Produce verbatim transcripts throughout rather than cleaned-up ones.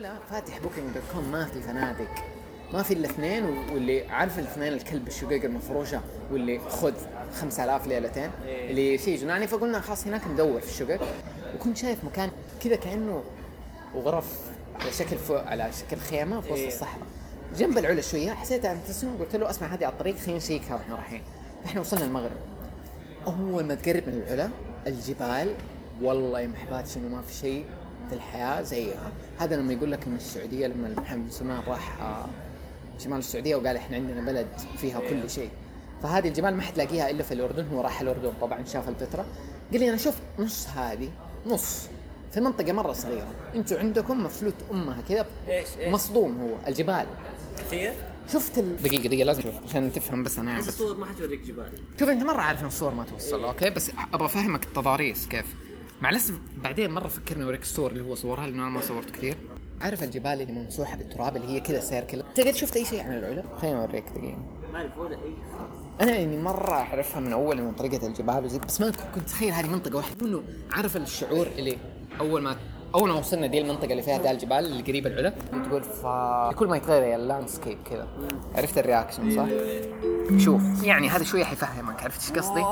العلا فاتح بوكينج دوت كوم ما في فنادق، ما في الا اثنين، واللي عارف الاثنين الكلب الشقيق المفروشه واللي خذ خمسة آلاف ليلتين اللي شيء جناني. فقلنا خلاص هناك ندور في الشقق، وكنت شايف مكان كذا كأنه وغرف على شكل فوق على شكل خيمة في وسط الصحراء جنب العلا شوية. حسيت أن تسمع، قلت له اسمع هذه على الطريق خلينا نشيكها واحنا رايحين. احنا وصلنا المغرب، أول ما تقرب من العلا الجبال والله يا محبات شنو ما في شيء في الحياة زيها. هذا لما يقول لك إن السعودية، لما محمد بن سلمان راح شمال السعودية وقال إحنا عندنا بلد فيها كل شيء، فهذه الجبال ما حتلاقيها إلا في الأردن. هو راح الأردن طبعا شاف البتراء، قال لي أنا شوف نص هذه نص في منطقة مرة صغيرة، أنتوا عندكم مفلوت أمها كذا مصدوم. هو الجبال كثير. شفت ال... دقيقة دقيقة لازم شوف عشان تفهم. بس أنا بس الصور ما حتوريك جبال. شوف أنت مرة عارف إن الصور ما توصل، أوكي، بس أبغى أفهمك التضاريس كيف. مع الأسف بعدين مرة فكرني أوريك الصور اللي هو صورها لأنه أنا ما صورت كثير. عارف الجبال اللي ممسوحة بالتراب اللي هي كذا سير كذا. تقدر شفت أي شيء عن العلا؟ خليني أوريك دقيقة. ما أعرف ولا أي. أنا يعني مرة أعرفها من أول من طريقة الجبال وزي، بس ما كنت أتخيل هذه منطقة واحدة. إنه عارف الشعور اللي أول ما أول ما وصلنا دي المنطقة اللي فيها دي الجبال اللي قريبة العلا، تقول فكل ما يتغير اللاندسكيب كذا. عرفت الرياكشن صح؟ شوف يعني هذا شوية حيفهمك. عرفت إيش قصدي؟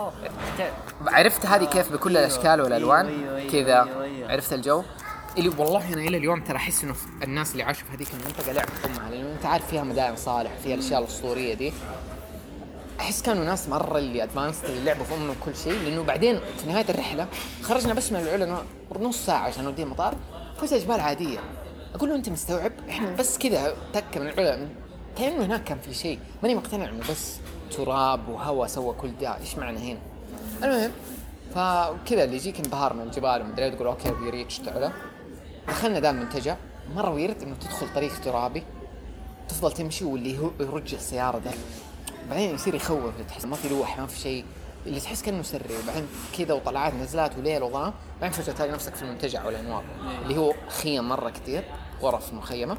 عرفت هذه كيف بكل الأشكال والألوان كذا. عرفت الجو اللي والله أنا إلى اليوم ترى أحس إنه الناس اللي عاشوا في هذيك المنطقة لعبوا أمها، لأنه أنت عارف فيها مدائن صالح فيها الأشياء الأسطورية دي. أحس كانوا ناس مرة اللي أدفانسد اللي لعبوا في أمهم كل شيء. لأنه بعدين في نهاية الرحلة خرجنا بس من العلا نص ساعة عشان نودي المطار، كلها جبال عادية. أقول له أنت مستوعب إحنا بس كذا تكة من العلا، كأنه هناك كان في شيء. ماني مقتنع إنه بس تراب وهواء سوى كل ده. إيش معنى هنا؟ المهم فكذا اللي يجيك انبهار من الجبال ومدري تقول أوكي we reached العلا. دخلنا ذا المنتجع مرة ويرد إنه تدخل طريق ترابي تفضل تمشي واللي هو يرج السيارة ده، بعدين يصير يخوف. تحس ما في لوح ما في شيء، اللي تحس كأنه سري. وبعدين كذا وطلعات نزلات وليل وظلام، بعدين فجأة تلاقي نفسك في المنتجع والأنوار اللي هو خيم مرة كتير غرف مخيمة.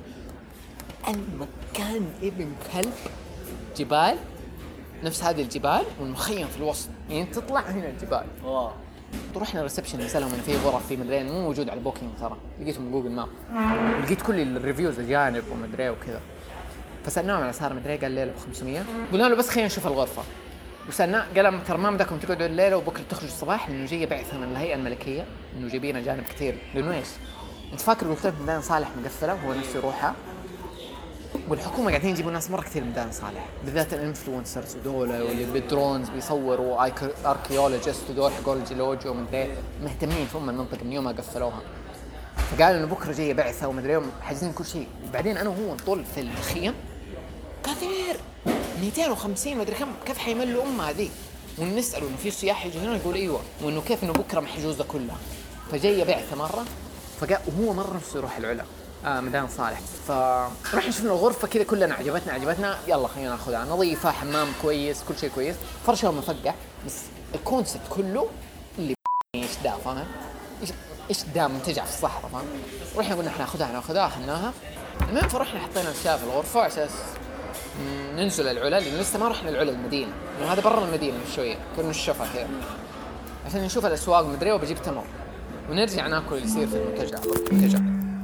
المكان ابن كلب، جبال نفس هذه الجبال والمخيم في الوسط، يعني تطلع هنا الجبال. واو. رحنا ريسبشن نسألهم إن في غرف في مدري مو موجود على البوكينج، ترى لقيتهم من جوجل ماب ولقيت كل الريفيوز أجانب ومدري وكذا. فسألناهم على صار مدري قال ليلة بخمسمية. قلنا له بس خلينا نشوف الغرفة، وسألناه قال ترى ما بدكم تقعدوا الليلة وبكرة تخرجوا الصباح، لأنه جاي بعثة من الهيئة الملكية إنه جايبين أجانب كثير. لأنه إيش أنت فاكر قلت لك ميدان صالح مقفلة وهو نفسه يروحها، والحكومة قاعدين يجيبوا ناس مرة كثير ميدان صالح، بالذات الانفلونسرز ودول واللي بالدرونز بيصوروا اركيولوجيست ودول حقول الجيولوجيا ومدري مهتمين في أم المنطقة من يوم ما قفلوها. فقالوا إنه بكرة جاي بعثة ومدري يوم حاجزين كل شيء. بعدين أنا وهو نطول في الخيم كثير مئتين وخمسين مدري كم، كيف حيملوا أم هذه؟ ونسأله إنه في سياح يجي هنا يقول أيوة، وإنه كيف إنه بكرة محجوزة كلها. فجاي بعثة مرة، فقال وهو مرة نفسه يروح العلا آه ميدان صالح. فرحنا شفنا الغرفة كذا كلنا عجبتنا عجبتنا يلا خلينا ناخذها، نظيفة حمام كويس كل شيء كويس فرشة مفقع، بس الكونسبت كله اللي إيش دا فاهم إيش إيش دا منتجع في الصحراء فاهم. رحنا قلنا إحنا ناخذها ناخذها أخذناها. المهم فرحنا حطينا أشياء في الغرفة عشان ننزل العلا، لأنه لسه ما رحنا العلا المدينة، لأنه هذا برا المدينة شوية كنا نشوفها كذا عشان نشوف الأسواق مدري، وبجيب تمر ونرجع ناكل اللي يصير في المنتجع. المنتجع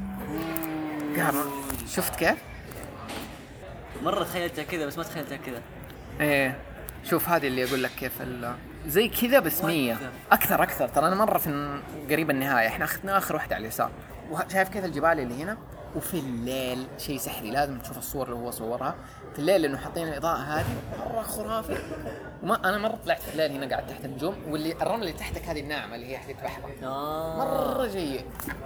شفت كيف؟ مرة تخيلتها كذا بس ما تخيلتها كذا. ايه شوف هذه اللي أقول لك كيف زي كذا بس مية أكثر أكثر. ترى أنا مرة في قريب النهاية، إحنا أخذنا آخر واحدة على اليسار، وشايف كيف الجبال اللي هنا. وفي الليل شيء سحري، لازم تشوف الصور اللي هو صورها في الليل لأنه حاطين الإضاءة هذه مرة خرافي. وما أنا مرة طلعت في الليل هنا قاعد تحت النجوم، واللي الرمل اللي تحتك هذه الناعمة اللي هي حديث بحر مرة جيد.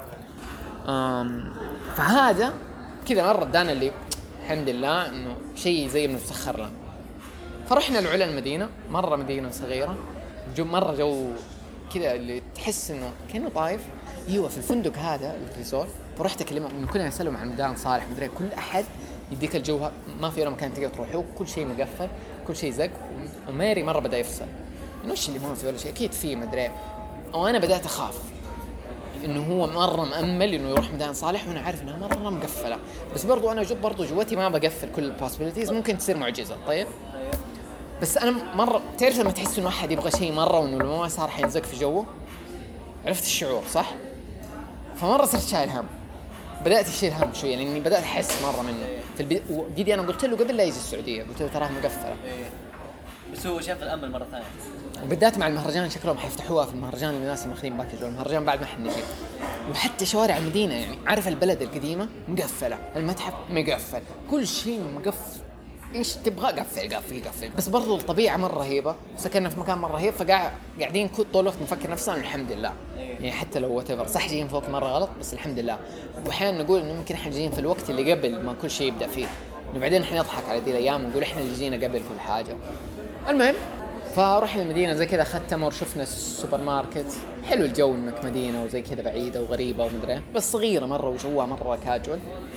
أم فهذا كذا مرة ادانا اللي الحمد لله إنه شيء زي ما نسخر له. فرحنا العلا المدينة، مرة مدينة صغيرة، جو مرة جو كذا اللي تحس إنه كأنه طايف. ايوه في الفندق هذا الريزورت، فرحت اكلمهم من كلنا نسالهم عن ميدان صالح مدري، كل احد يديك الجو، ما في ولا مكان تقدر تروحه، كل شيء مقفل كل شيء زق. وماري مره بدا يفصل انه ايش اللي ما في ولا شيء، اكيد في مدري. او انا بدات اخاف انه هو مره مأمل انه يروح ميدان صالح وانا عارف انها مره مقفله، بس برضو انا جد برضو جوتي ما بقفل كل البوسيبيليتيز، ممكن تصير معجزه. طيب بس انا مره تعرف لما تحس انه احد يبغى شيء مره وانه لو ما صار حينزق في جوه، عرفت الشعور صح؟ فمرة صرت شايل هم بدات اشيل هم شويه لاني بدات احس مره منه في البي... وجدي انا قلت له قبل لا يجي السعوديه قلت له تراها مقفله إيه. بس هو شاف الامل مره ثانيه وبدات مع المهرجان شكلهم حيفتحوها في المهرجان الناس ماخذين باكج والمهرجان بعد ما حنجي وحتى شوارع المدينه يعني عارف البلد القديمه مقفله المتحف مقفل كل شيء مقفل ايش تبغى قفل قفل قفل بس برضو الطبيعه مره رهيبه سكننا في مكان مره رهيب فقاعد قاعدين كل طول الوقت نفكر نفسنا الحمد لله يعني حتى لو واتيفر صح جايين فوق مره غلط بس الحمد لله واحيانا نقول انه ممكن احنا جايين في الوقت اللي قبل ما كل شيء يبدا فيه وبعدين احنا نضحك على دي الايام ونقول احنا اللي جينا قبل كل حاجه المهم فروحنا المدينه زي كذا اخذت تمر شفنا السوبر ماركت حلو الجو انك مدينه وزي كذا بعيده وغريبه ومدري بس صغيره مره وجوها مره كاجوال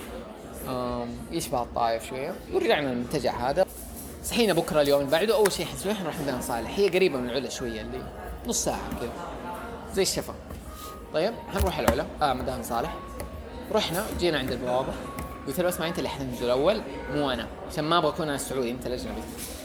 يشبه الطائف شويه ورجعنا المنتجع هذا صحينا بكره اليوم اللي بعده اول شيء حنسويه حنروح ميدان صالح هي قريبه من العلا شويه اللي نص ساعه كذا زي الشفا طيب حنروح العلا اه ميدان صالح رحنا جينا عند البوابه قلت له اسمع انت اللي حتنزل الاول مو انا عشان ما ابغى اكون انا السعودي انت الاجنبي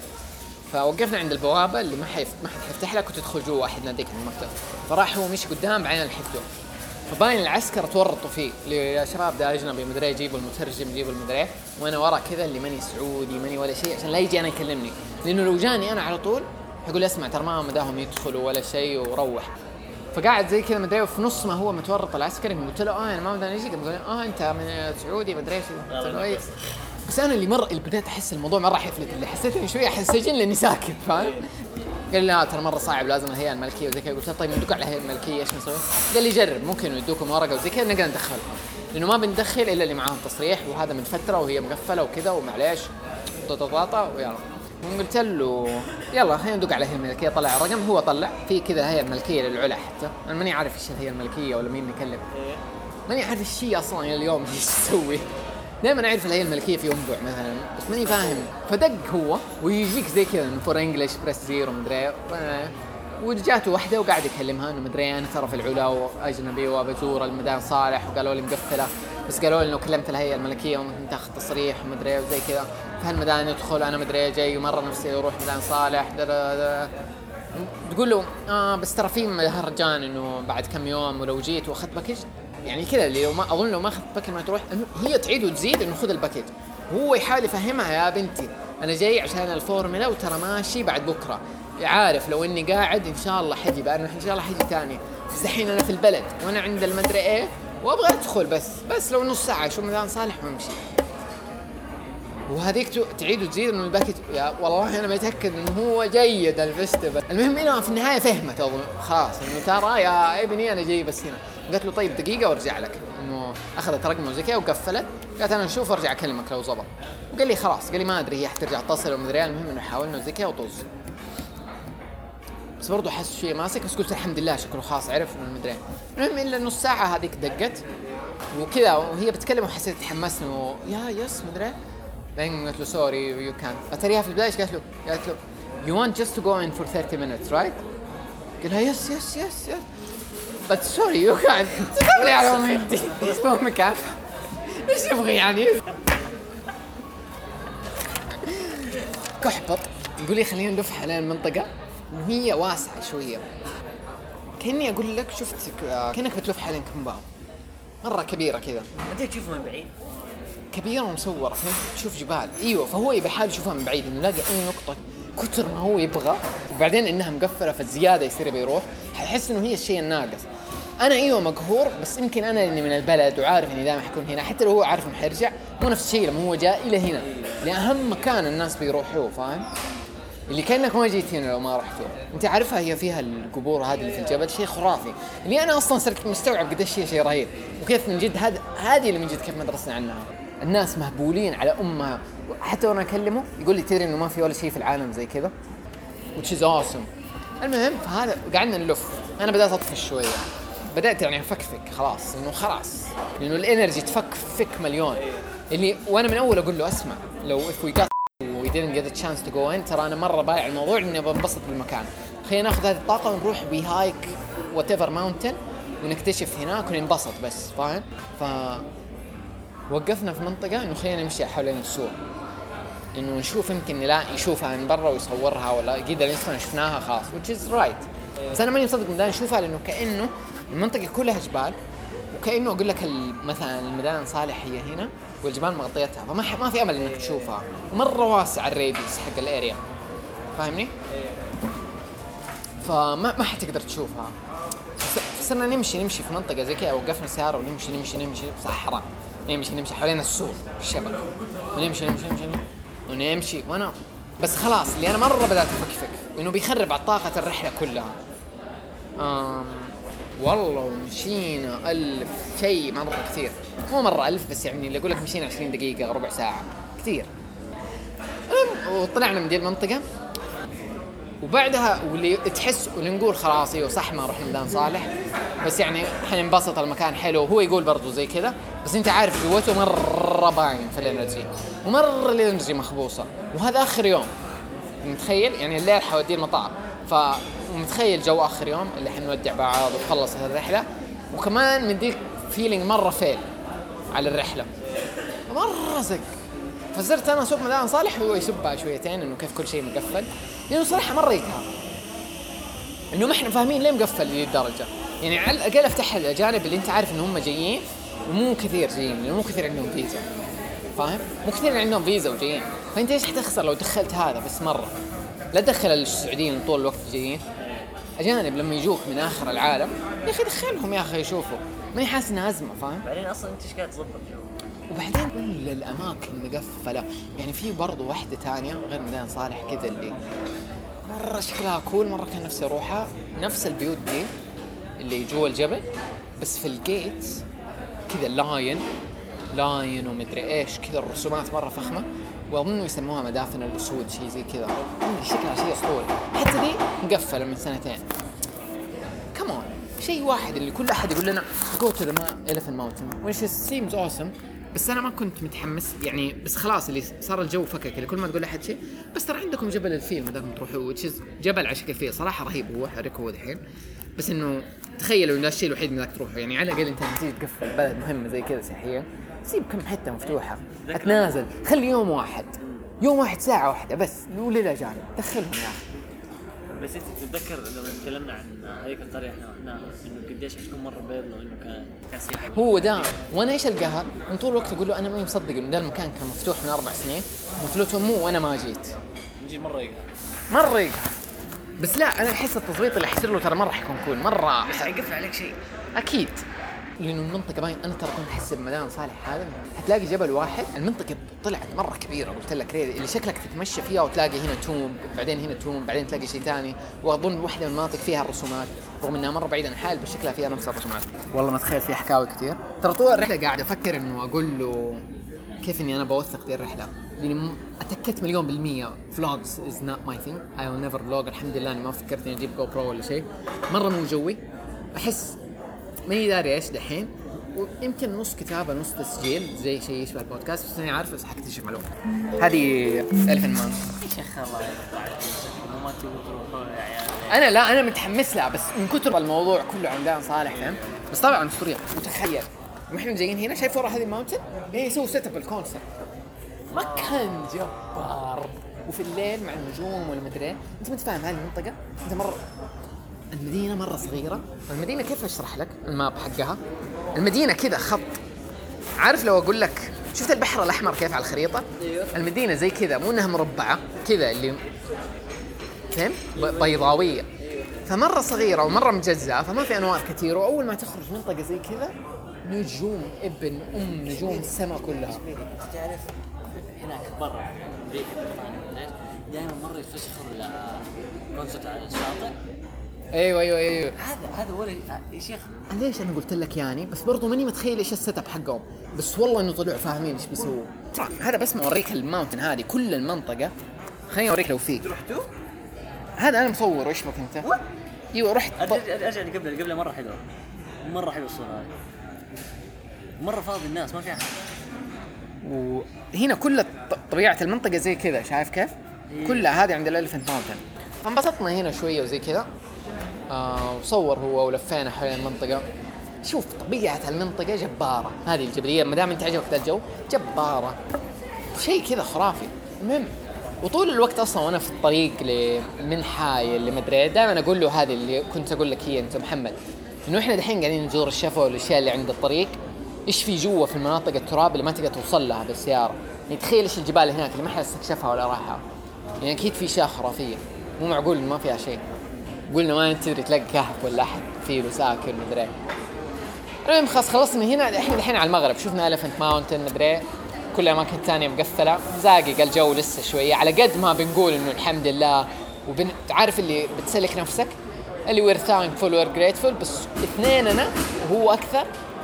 فوقفنا عند البوابه اللي ما حيف ما حد حيفتح لك وتدخل جوا واحد ناديك من المكتب فراح هو مشي قدام بعدين لحقته فباين العسكر تورطوا فيه يا شباب ده اجنبي مدري يجيبوا المترجم يجيبوا المدري وانا ورا كذا اللي ماني سعودي ماني ولا شيء عشان لا يجي انا يكلمني لانه لو جاني انا على طول يقول اسمع ترى ما مداهم يدخلوا ولا شيء وروح فقاعد زي كذا مدري وفي نص ما هو متورط العسكري قلت له اه انا ما بدنا نجي قال اه انت من سعودي مدري ايش بس انا اللي مر اللي بديت احس الموضوع مره حفلت اللي حسيت اني شويه حسجين لاني ساكت فاهم قال لي لا ترى مره صعب لازم الهيئه الملكيه وزي كذا قلت له طيب ندوك على الهيئه الملكيه ايش نسوي قال لي جرب ممكن يدوكم ورقه وزي كذا نقدر ندخلها لانه ما بندخل الا اللي معاهم تصريح وهذا من فتره وهي مقفله وكذا ومعليش طاطا ويلا قلت له يلا خلينا ندوق على الهيئه الملكيه طلع الرقم هو طلع في كذا الهيئه الملكيه للعلا حتى انا ماني عارف ايش الهيئه الملكيه ولا مين نكلم ماني عارف الشيء اصلا الى اليوم ايش تسوي دائما اعرف الهيئه الملكيه في ينبع مثلا بس ماني فاهم فدق هو ويجيك زي كذا انه فور انجلش بريس زيرو مدري وجاته واحده وقاعد يكلمها انه مدري انا ترى في العلا واجنبي وبزور الميدان صالح وقالوا لي مقفله بس قالوا لي انه كلمت الهيئه الملكيه وممكن تاخذ تصريح ومدري وزي كذا فهالميدان يدخل انا مدري جاي ومره نفسي اروح ميدان صالح دا دا دا. تقول له اه بس ترى في مهرجان انه بعد كم يوم ولو جيت واخذت باكج يعني كذا اللي لو ما اظن لو ما اخذت باكج ما تروح هي تعيد وتزيد انه خذ الباكج هو يحاول يفهمها يا بنتي انا جاي عشان الفورمولا وترى ماشي بعد بكره عارف لو اني قاعد ان شاء الله حجي بقى ان شاء الله حجي ثاني بس الحين انا في البلد وانا عند المدري ايه وابغى ادخل بس بس لو نص ساعه شو ميدان صالح وامشي وهذيك تعيد وتزيد انه الباكج يا والله انا متاكد انه هو جيد الفيستيفال المهم انه في النهايه فهمت اظن خلاص انه ترى يا ابني انا جاي بس هنا قلت له طيب دقيقه وارجع لك انه اخذت رقمه زي كذا وقفلت قالت انا نشوف وارجع اكلمك لو زبط وقال لي خلاص قال لي ما ادري هي حترجع تتصل ومدري المهم انه حاولنا زي كذا وطز بس برضه حس شيء ماسك بس قلت الحمد لله شكله خلاص عرف انه مدري المهم الا نص ساعه هذيك دقت وكذا وهي بتكلم وحسيت تحمست انه يا يس مدري بعدين قلت له سوري يو كان اتريها في البدايه قالت له قالت له you want just to go in for thirty minutes right قال لها يس يس يس يس but sorry you can't تدوري على مهمتي اسمه مكان ايش يبغي يعني كحبط يقول لي خلينا ندف حوالين المنطقه وهي واسعه شويه كاني اقول لك شفت كانك بتلف حوالين كمباو مره كبيره كذا انت تشوفه من بعيد كبيره ومصوره تشوف جبال ايوه فهو يبي حال يشوفها من بعيد انه يلاقي اي نقطه كتر ما هو يبغى وبعدين انها مقفله فالزياده يصير بيروح حيحس انه هي الشيء الناقص انا ايوه مقهور بس يمكن انا اني من البلد وعارف اني دائما حكون هنا حتى لو هو عارف انه حيرجع مو نفس الشيء لما هو جاء الى هنا لاهم مكان الناس بيروحوه فاهم اللي كانك ما جيت هنا لو ما رحتوا انت عارفها هي فيها القبور هذه اللي في الجبل شيء خرافي اللي انا اصلا صرت مستوعب قديش هي شيء رهيب وكيف من جد هذا هذه اللي من جد كيف ما درسنا عنها الناس مهبولين على امها حتى وانا اكلمه يقول لي تدري انه ما في ولا شيء في العالم زي كذا which is awesome المهم فهذا قعدنا نلف انا بدأت اطفش شويه بدأت يعني افكفك خلاص انه خلاص لانه الانرجي تفكفك مليون اللي وانا من اول اقول له اسمع لو if we got we didn't get a chance to go in ترى انا مره بايع الموضوع اني بنبسط بالمكان خلينا ناخذ هذه الطاقه ونروح بهايك whatever mountain ونكتشف هناك وننبسط بس فاهم ف وقفنا في منطقه انه خلينا نمشي حوالين السور انه نشوف يمكن نلاقي يشوفها من برا ويصورها ولا قيد الانسان شفناها خلاص which is right بس انا ماني مصدق ان نشوفها لانه كانه المنطقه كلها جبال وكأنه أقول لك مثلا المدائن صالح هي هنا والجبال مغطيتها، فما ما في أمل إنك تشوفها، مرة واسع الراديوس حق الأريا، فاهمني؟ فما ما حتقدر تشوفها. صرنا نمشي نمشي في منطقة زي كذا، وقفنا السيارة ونمشي نمشي نمشي صحراء، نمشي نمشي حوالين السور الشبك، ونمشي نمشي نمشي ونمشي وأنا بس خلاص اللي أنا مرة بدأت أفكفك إنه بيخرب على طاقة الرحلة كلها. آم والله ومشينا ألف شيء مرة كثير، مو مرة ألف بس يعني اللي أقول لك مشينا عشرين دقيقة ربع ساعة كثير. وطلعنا من دي المنطقة وبعدها واللي تحس واللي نقول خلاص ايوه صح ما رحنا ميدان صالح، بس يعني حننبسط المكان حلو، وهو يقول برضو زي كذا، بس انت عارف جوته مرة باين في الانرجي ومرة الانرجي مخبوصة. وهذا آخر يوم متخيل يعني الليل حودي المطار، فمتخيل جو آخر يوم اللي حنودع بعض وخلص الرحلة، وكمان من ديك فيلينج مرة فيل على الرحلة مرة زق. فصرت أنا أسوق ميدان صالح وهو يسبها شويتين إنه كيف كل شيء مقفل، لأنه صراحة مرة يتعب إنه ما إحنا فاهمين ليه مقفل لهذه الدرجة. يعني على الأقل افتح الأجانب اللي أنت عارف إنه هم جايين ومو كثير جايين، لأنه مو كثير عندهم فيزا، فاهم؟ مو كثير عندهم فيزا وجايين، فأنت إيش حتخسر لو دخلت هذا بس مرة؟ لا تدخل السعوديين طول الوقت جايين، أجانب لما يجوك من آخر العالم يا أخي دخلهم يا أخي يشوفوا، ماني حاسس إنها أزمة، فاهم؟ بعدين أصلاً أنت إيش قاعد تضبط جو؟ وبعدين كل الأماكن مقفلة. يعني في برضو واحدة تانية غير ميدان صالح كذا اللي مرة شكلها كول، مرة كان نفسي أروحها، نفس البيوت دي اللي جوا الجبل بس في الجيت كذا لاين لاين ومدري إيش كذا، الرسومات مرة فخمة، وأظن يسموها مدافن الأسود شيء زي كذا، شكلها شيء أسطوري. حتى دي مقفلة من سنتين. كمان شيء واحد اللي كل أحد يقول لنا go to the elephant mountain which seems awesome، بس أنا ما كنت متحمس يعني، بس خلاص اللي صار الجو فكك اللي كل ما تقول لأحد شيء بس ترى عندكم جبل الفيل ما دامكم تروحوا، which is جبل على شكل فيل صراحة رهيب هو حركه الحين، بس إنه تخيلوا إن الشيء الوحيد إنك تروحوا يعني على الأقل أنت تيجي تقفل بلد مهمة زي كذا سياحية، سيب كم حتة مفتوحة أتنازل، خلي يوم واحد يوم واحد ساعة واحدة بس لولا جانب دخلهم يا أخي. بس انت تتذكر لما تكلمنا عن هيك القريه احنا رحنا انه قديش حتكون مره بيض لو انه كان كان سياحي هو ده. وانا ايش القهر من طول الوقت اقول له انا ما مصدق انه ده المكان كان مفتوح من اربع سنين وفلوته مو وانا ما جيت نجي مره يقهر مره يقهر. بس لا انا احس التظبيط اللي حيصير له ترى مره حيكون كول مره، بس حيقفل عليك شيء اكيد، لانه المنطقه باين انا ترى كنت احسب ميدان صالح هذا حتلاقي جبل واحد، المنطقه طلعت مره كبيره قلت لك ليه اللي شكلك تتمشى فيها وتلاقي هنا توم بعدين هنا توم بعدين تلاقي شيء ثاني، واظن واحده من المناطق فيها الرسومات رغم انها مره بعيده عن حال بس شكلها فيها نفس الرسومات. والله ما تخيل فيها حكاوي كثير ترى طول الرحله قاعد افكر انه اقول له كيف اني انا بوثق دي الرحله، يعني اتاكدت مليون بالميه vlogs is not my thing I will never vlog. الحمد لله اني ما فكرت اني اجيب جو برو ولا شيء، مره مو جوي، احس ماني داري ايش دحين، ويمكن نص كتابة نص تسجيل زي شيء يشبه البودكاست، بس أنا عارف بس حكتشف معلومة. هذه ألفين مان يا شيخ الله يقطع ما تبغوا تروحوا يا عيال. أنا لا أنا متحمس لها بس من كتر الموضوع كله عن ميدان صالح فهم، بس طبعا أسطورية. متخيل وإحنا جايين هنا شايف ورا هذه الماونتن إيه يسوي سيت اب الكونسرت، مكان جبار وفي الليل مع النجوم والمدري. أنت ما تفهم هذه المنطقة، أنت مرة المدينة مرة صغيرة. المدينة كيف أشرح لك الماب حقها؟ المدينة كذا خط، عارف لو أقول لك شفت البحر الأحمر كيف على الخريطة؟ المدينة زي كذا مو إنها مربعة كذا اللي فهم بيضاوية، فمرة صغيرة ومرة مجزأة فما في أنوار كثير، وأول ما تخرج منطقة زي كذا نجوم ابن أم نجوم السماء كلها. تعرف هناك برا أمريكا دائما مرة يفسخوا الكونسرت على الشاطئ. ايوه ايوه ايوه هذا هذا هو يا شيخ. ليش انا قلت لك يعني بس برضو ماني متخيل ايش السيت اب حقهم، بس والله انه طلعوا فاهمين ايش بيسووا. هذا بس ما اوريك الماونتن هذه كل المنطقه، خليني اوريك لو في رحتوا هذا انا مصور. ايش بك انت؟ ايوه رحت ارجع ارجع اللي قبل قبل مره حلوه مره حلوه الصوره هذه، مره فاضي الناس ما في احد، وهنا كل طبيعه المنطقه زي كذا شايف كيف إيه؟ كلها هذه عند الاليفنت ماونتن. فانبسطنا هنا شويه وزي كذا آه وصور هو ولفينا حوالين المنطقة. شوف طبيعة المنطقة جبارة، هذه الجبلية ما دام انت عجبك ذا الجو جبارة شيء كذا خرافي. المهم وطول الوقت أصلا وأنا في الطريق من حاي اللي مدري دائما أقول له هذه اللي كنت أقول لك هي أنت محمد انه احنا دحين قاعدين نزور الشفا والاشياء اللي عند الطريق، ايش في جوا في المناطق التراب اللي ما تقدر توصل لها بالسياره. يعني تخيل ايش الجبال هناك اللي ما حد استكشفها ولا راحها. يعني اكيد في اشياء خرافيه، مو معقول ما فيها شيء. قلنا ما انت تدري تلاقي كهف ولا احد فيه ساكن مدري. المهم خلاص خلصنا من هنا. احنا الحين على المغرب، شفنا اليفنت ماونتن مدري، كل الاماكن الثانيه مقفله، زاقق الجو لسه شويه. على قد ما بنقول انه الحمد لله وبتعرف اللي بتسلك نفسك اللي وير ثانكفول وير جريتفول، بس اثنيننا وهو اكثر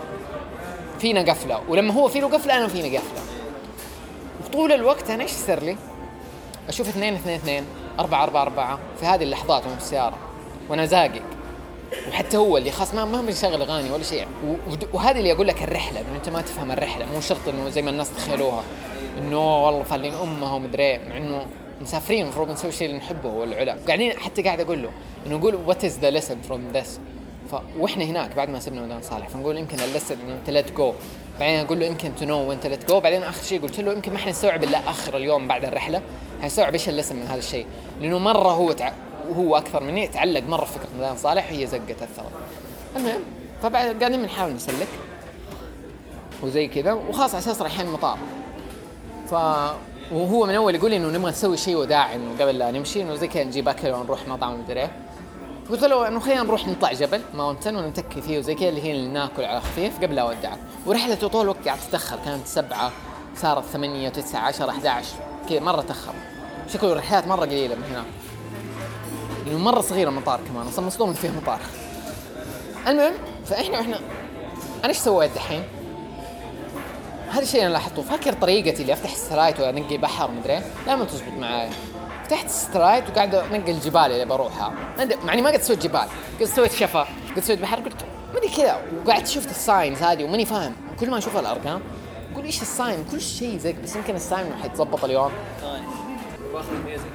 فينا قفله، ولما هو فيه قفله انا فينا قفله. طول الوقت انا ايش يصير لي؟ اشوف اثنين اثنين اثنين أربعة أربعة أربعة في هذه اللحظات وانا في السياره وانا زاقق، وحتى هو اللي خاص ما ما بيشغل اغاني ولا شيء. وهذه اللي اقول لك الرحله، انه انت ما تفهم الرحله، مو شرط انه زي ما الناس تخيلوها انه والله فالين امها ومدري، مع انه مسافرين المفروض نسوي الشيء اللي نحبه هو العلا. قاعدين حتى قاعد اقول له انه نقول وات از ذا ليسن فروم ذس. ف واحنا هناك بعد ما سبنا مدان صالح فنقول يمكن الليسن انه انت ليت جو، بعدين اقول له يمكن تو نو وانت ليت جو، بعدين اخر شيء قلت له يمكن ما احنا نستوعب الا اخر اليوم بعد الرحله حنستوعب ايش الليسن من هذا الشيء، لانه مره هو تع... وهو اكثر مني يتعلق مره في فكره مدان صالح وهي زقت اثرت. المهم فبعد قاعدين بنحاول نسلك وزي كذا، وخاص على اساس رايحين المطار. ف وهو من اول يقول لي انه نبغى نسوي شيء وداع انه قبل لا نمشي، انه زي كذا نجيب اكل ونروح مطعم مدري. قلت له انه خلينا نروح نطلع جبل ماونتن ونتكي فيه وزي كذا، اللي هي اللي ناكل على خفيف قبل لا اودعك. ورحلته طول الوقت قاعد تتاخر، كانت سبعة صارت ثمانية وتسعة عشرة أحد عشر كذا، مره تاخر. شكله الرحلات مره قليله من هنا، لانه مره صغير المطار كمان، اصلا مصدوم فيه مطار. المهم فاحنا واحنا انا ايش سويت دحين؟ هذا الشيء انا لاحظته. فاكر طريقتي اللي افتح السترايت وانقي بحر مدري لا ما تزبط معايا. فتحت السترايت وقاعد انقي الجبال اللي بروحها، معني ما قد سويت جبال، قد سويت شفا، قد سويت بحر. قلت ما ادري كذا، وقاعد شفت الساينز هذه وماني فاهم. كل ما اشوف الارقام اقول ايش الساين، كل شيء زي بس يمكن الساين انه حيتظبط اليوم. واخذ ميوزك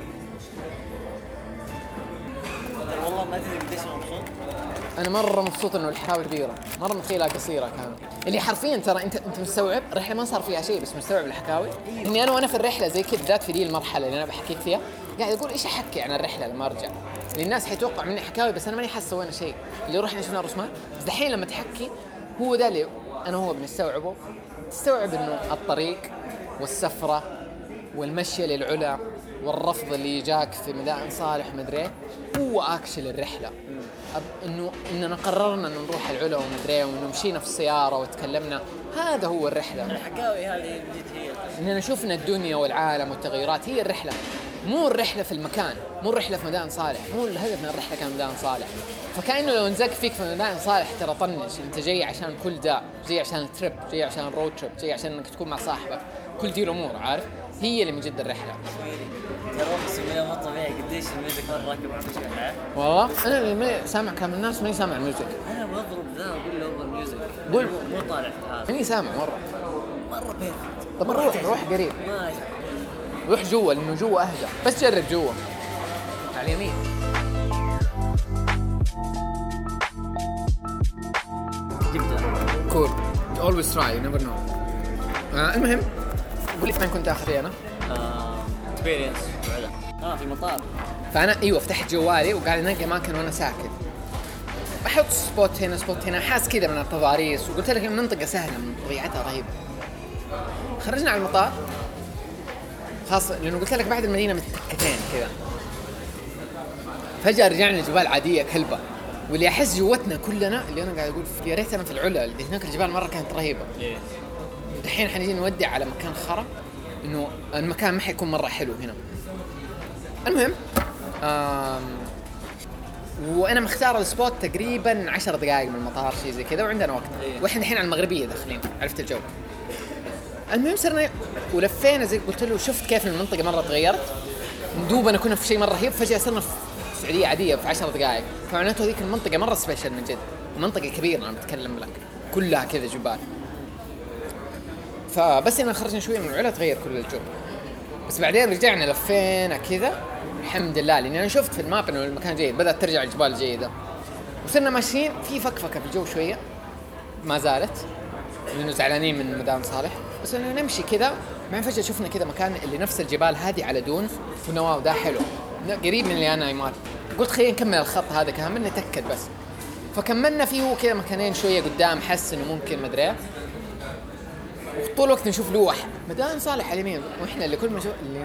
والله ما تدري قديش مبسوط. انا مره مبسوط انه الحكاوي كبيره، مره متخيلها قصيره كانت. اللي حرفيا ترى انت انت مستوعب الرحله ما صار فيها شيء، بس مستوعب الحكاوي. اني انا وانا في الرحله زي كذا ذات في دي المرحله اللي انا بحكيك فيها، قاعد اقول ايش احكي عن الرحله لما ارجع. الناس حيتوقع مني حكاوي بس انا ماني حاسس سوينا شيء. اللي رحنا شفنا رسمات، بس دحين لما تحكي هو ده اللي انا هو بنستوعبه. تستوعب انه الطريق والسفره والمشي للعلا والرفض اللي جاك في مدائن صالح مدري هو اكشن الرحله. انه اننا قررنا انه نروح العلا ومدري وانه مشينا في السياره وتكلمنا، هذا هو الرحله. الحكاوي هذه جد هي اننا شفنا الدنيا والعالم والتغيرات، هي الرحله. مو الرحله في المكان، مو الرحله في مدائن صالح، مو الهدف من الرحله كان مدائن صالح. فكأنه لو نزق فيك في مدائن صالح ترى طنش، انت جاي عشان كل ده، جاي عشان التريب، جاي عشان الرود تريب، جاي عشان انك تكون مع صاحبك، كل دي الامور عارف هي اللي من جد الرحله. ترى اقسم بالله مو طبيعي قديش الميوزك مره راكب على الشارع. والله انا اللي ما سامع كلام الناس ما سامع الميوزك. انا بضرب ذا واقول له اوفر ميوزك، قول مو طالع هذا ماني سامع مره مره بيرفكت. طب نروح نروح قريب، ما روح جوا لانه جوا اهدى، بس جرب جوا على اليمين. جبتها كول always try you never know. آه المهم قولي فين كنت اخر انا اكسبيرينس اه في المطار. فانا ايوه فتحت جوالي وقاعد انقي اماكن وانا ساكت، بحط سبوت هنا سبوت هنا، حاس كذا من التضاريس. وقلت لك المنطقه سهله من طبيعتها رهيبه. خرجنا على المطار خاصة لانه قلت لك بعد المدينه متكتين كذا، فجاه رجعنا الجبال عاديه كلبه. واللي احس جوتنا كلنا اللي انا قاعد اقول يا ريت انا في العلا اللي هناك الجبال مره كانت رهيبه. دحين حنجي نودع على مكان خرا، انه المكان ما حيكون مره حلو هنا. المهم آم وانا مختار السبوت تقريبا عشر دقائق من المطار شيء زي كذا، وعندنا وقت. واحنا الحين على المغربيه داخلين، عرفت الجو. المهم صرنا ولفينا زي قلت له، شفت كيف المنطقه مره تغيرت. ندوبنا كنا في شيء مره رهيب، فجاه صرنا في السعوديه عاديه في عشر دقائق. فمعناته هذيك المنطقه مره سبيشال من جد، منطقه كبيره انا بتكلم لك كلها كذا جبال. فبس إننا خرجنا شويه من العلا تغير كل الجو. بس بعدين رجعنا لفينا كذا الحمد لله، لأن أنا شفت في الماب إنه المكان جيد، بدأت ترجع الجبال جيدة. وصرنا ماشيين في فكفكة في الجو شوية ما زالت، لأنه زعلانين من مدام صالح. بس إنه نمشي كذا مع فجأة شفنا كذا مكان اللي نفس الجبال هذه على دون ونواو، ده حلو قريب من اللي أنا إيمار. قلت خلينا نكمل الخط هذا كامل نتأكد بس. فكملنا فيه كذا مكانين شويه قدام، حس انه ممكن مدري، وطول الوقت نشوف لوح مدان صالح على اليمين، واحنا اللي كل ما نشوف اللي